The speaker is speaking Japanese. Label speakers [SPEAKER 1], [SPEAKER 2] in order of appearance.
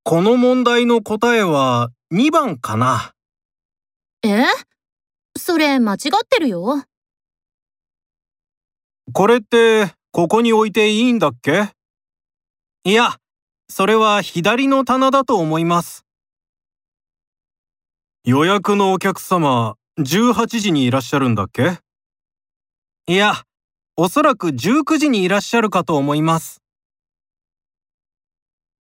[SPEAKER 1] この問題の答えは2番かな。
[SPEAKER 2] それ間違ってるよ。
[SPEAKER 1] これってここに置いていいんだっけ？いや、それは左の棚だと思います。予約のお客様、18時にいらっしゃるんだっけ？いや、おそらく19時にいらっしゃるかと思います。